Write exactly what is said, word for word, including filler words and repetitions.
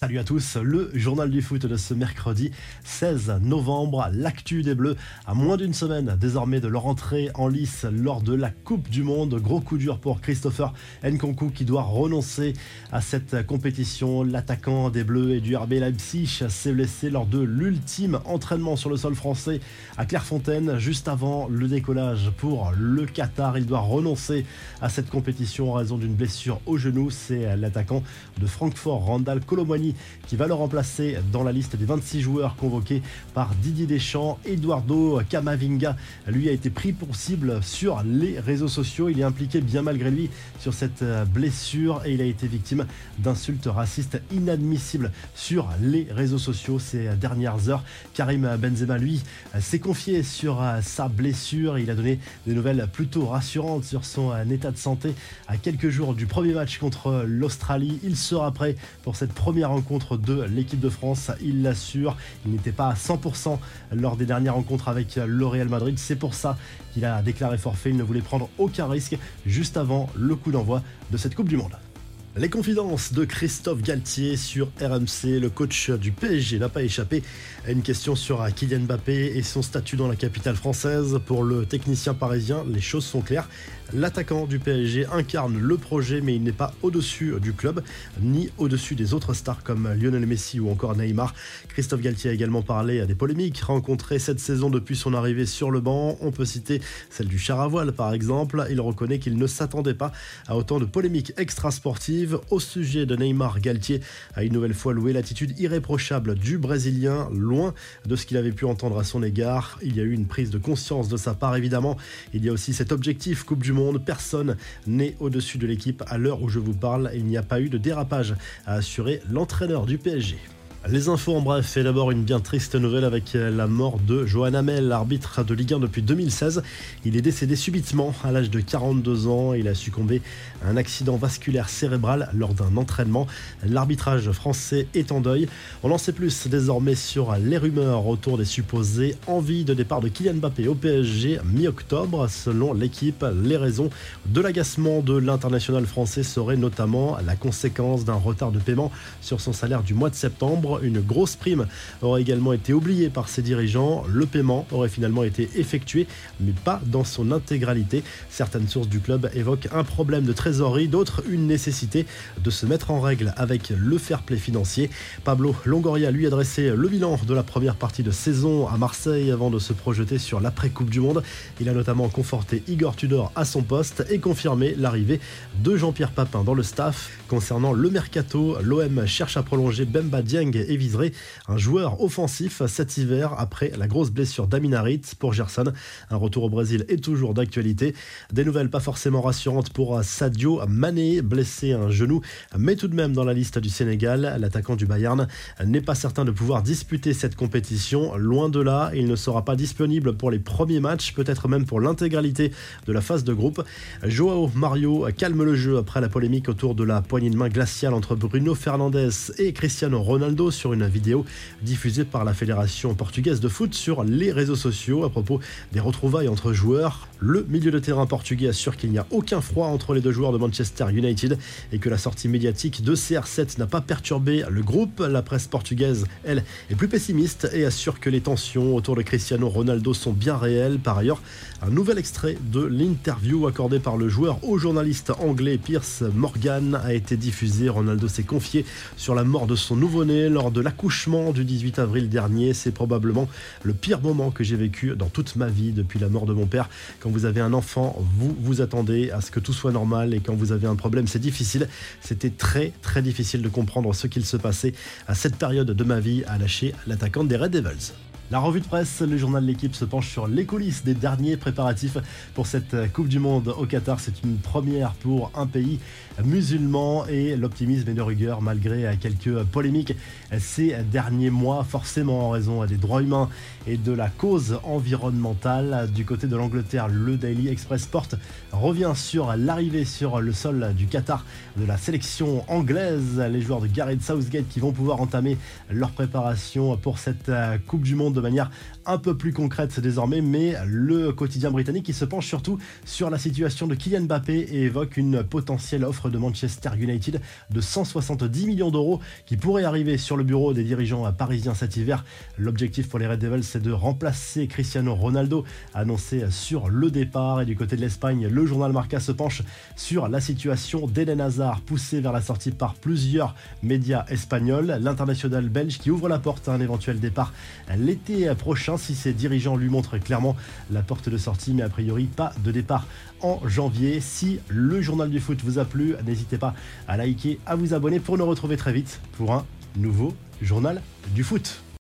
Salut à tous, le journal du foot de ce mercredi seize novembre, l'actu des Bleus à moins d'une semaine désormais de leur entrée en lice lors de la Coupe du Monde. Gros coup dur pour Christopher Nkunku qui doit renoncer à cette compétition. L'attaquant des Bleus et du R B Leipzig s'est blessé lors de l'ultime entraînement sur le sol français à Clairefontaine juste avant le décollage pour le Qatar. Il doit renoncer à cette compétition en raison d'une blessure au genou. C'est l'attaquant de Francfort, Randal Kolo Muani, qui va le remplacer dans la liste des vingt-six joueurs convoqués par Didier Deschamps. Eduardo Camavinga, lui, a été pris pour cible sur les réseaux sociaux. Il est impliqué bien malgré lui sur cette blessure et il a été victime d'insultes racistes inadmissibles sur les réseaux sociaux ces dernières heures. Karim Benzema, lui, s'est confié sur sa blessure. Il a donné des nouvelles plutôt rassurantes sur son état de santé à quelques jours du premier match contre l'Australie. Il sera prêt pour cette première rencontre de l'équipe de France, il l'assure. Il n'était pas à cent pour cent lors des dernières rencontres avec le Real Madrid. C'est pour ça qu'il a déclaré forfait. Il ne voulait prendre aucun risque juste avant le coup d'envoi de cette Coupe du Monde. Les confidences de Christophe Galtier sur R M C. Le coach du P S G n'a pas échappé à une question sur Kylian Mbappé et son statut dans la capitale française. Pour le technicien parisien, les choses sont claires. L'attaquant du P S G incarne le projet, mais il n'est pas au-dessus du club, ni au-dessus des autres stars comme Lionel Messi ou encore Neymar. Christophe Galtier a également parlé des polémiques rencontrées cette saison depuis son arrivée sur le banc. On peut citer celle du char à voile par exemple. Il reconnaît qu'il ne s'attendait pas à autant de polémiques extrasportives. Au sujet de Neymar, Galtier a une nouvelle fois loué l'attitude irréprochable du Brésilien, loin de ce qu'il avait pu entendre à son égard. Il y a eu une prise de conscience de sa part évidemment. Il y a aussi cet objectif Coupe du Monde. Personne n'est au-dessus de l'équipe à l'heure où je vous parle. Il n'y a pas eu de dérapage, a assuré l'entraîneur du P S G. Les infos en bref, et d'abord une bien triste nouvelle avec la mort de Johan Hamel, l'arbitre de Ligue un depuis deux mille seize. Il est décédé subitement à l'âge de quarante-deux ans. Il a succombé à un accident vasculaire cérébral lors d'un entraînement. L'arbitrage français est en deuil. On en sait plus désormais sur les rumeurs autour des supposées envies de départ de Kylian Mbappé au P S G mi-octobre. Selon l'équipe, les raisons de l'agacement de l'international français seraient notamment la conséquence d'un retard de paiement sur son salaire du mois de septembre. Une grosse prime aurait également été oubliée par ses dirigeants. Le paiement aurait finalement été effectué, mais pas dans son intégralité. Certaines sources du club évoquent un problème de trésorerie, d'autres une nécessité de se mettre en règle avec le fair play financier. Pablo Longoria lui a dressé le bilan de la première partie de saison à Marseille avant de se projeter sur l'après-Coupe du Monde. Il a notamment conforté Igor Tudor à son poste et confirmé l'arrivée de Jean-Pierre Papin dans le staff. Concernant le mercato, l'O M cherche à prolonger Bemba Dieng et viserait un joueur offensif cet hiver après la grosse blessure d'Amin Harit. Pour Gerson, un retour au Brésil est toujours d'actualité. Des nouvelles pas forcément rassurantes pour Sadio Mané, blessé à un genou, mais tout de même dans la liste du Sénégal. L'attaquant du Bayern n'est pas certain de pouvoir disputer cette compétition. Loin de là, il ne sera pas disponible pour les premiers matchs, peut-être même pour l'intégralité de la phase de groupe. Joao Mario calme le jeu après la polémique autour de la poignée de main glaciale entre Bruno Fernandes et Cristiano Ronaldo sur une vidéo diffusée par la Fédération portugaise de foot sur les réseaux sociaux à propos des retrouvailles entre joueurs. Le milieu de terrain portugais assure qu'il n'y a aucun froid entre les deux joueurs de Manchester United et que la sortie médiatique de C R sept n'a pas perturbé le groupe. La presse portugaise, elle, est plus pessimiste et assure que les tensions autour de Cristiano Ronaldo sont bien réelles. Par ailleurs, un nouvel extrait de l'interview accordée par le joueur au journaliste anglais Piers Morgan a été diffusé. Ronaldo s'est confié sur la mort de son nouveau-né lors de l'accouchement du dix-huit avril dernier. C'est probablement le pire moment que j'ai vécu dans toute ma vie depuis la mort de mon père. Quand vous avez un enfant, vous vous attendez à ce que tout soit normal et quand vous avez un problème, c'est difficile. C'était très très difficile de comprendre ce qu'il se passait à cette période de ma vie, a lâché l'attaquant des Red Devils. La revue de presse, le journal de l'équipe se penche sur les coulisses des derniers préparatifs pour cette Coupe du Monde au Qatar. C'est une première pour un pays musulman et l'optimisme est de rigueur malgré quelques polémiques ces derniers mois, forcément en raison des droits humains et de la cause environnementale. Du côté de l'Angleterre, le Daily Express Sport revient sur l'arrivée sur le sol du Qatar de la sélection anglaise. Les joueurs de Gareth Southgate qui vont pouvoir entamer leur préparation pour cette Coupe du Monde de manière un peu plus concrète désormais, mais le quotidien britannique qui se penche surtout sur la situation de Kylian Mbappé et évoque une potentielle offre de Manchester United de cent soixante-dix millions d'euros qui pourrait arriver sur le bureau des dirigeants parisiens cet hiver. L'objectif pour les Red Devils, c'est de remplacer Cristiano Ronaldo, annoncé sur le départ. Et du côté de l'Espagne, le journal Marca se penche sur la situation d'Eden Hazard, poussé vers la sortie par plusieurs médias espagnols. L'international belge qui ouvre la porte à un éventuel départ l'été prochain si ses dirigeants lui montrent clairement la porte de sortie, mais a priori pas de départ en janvier. Si le journal du foot vous a plu, n'hésitez pas à liker, à vous abonner pour nous retrouver très vite pour un nouveau journal du foot.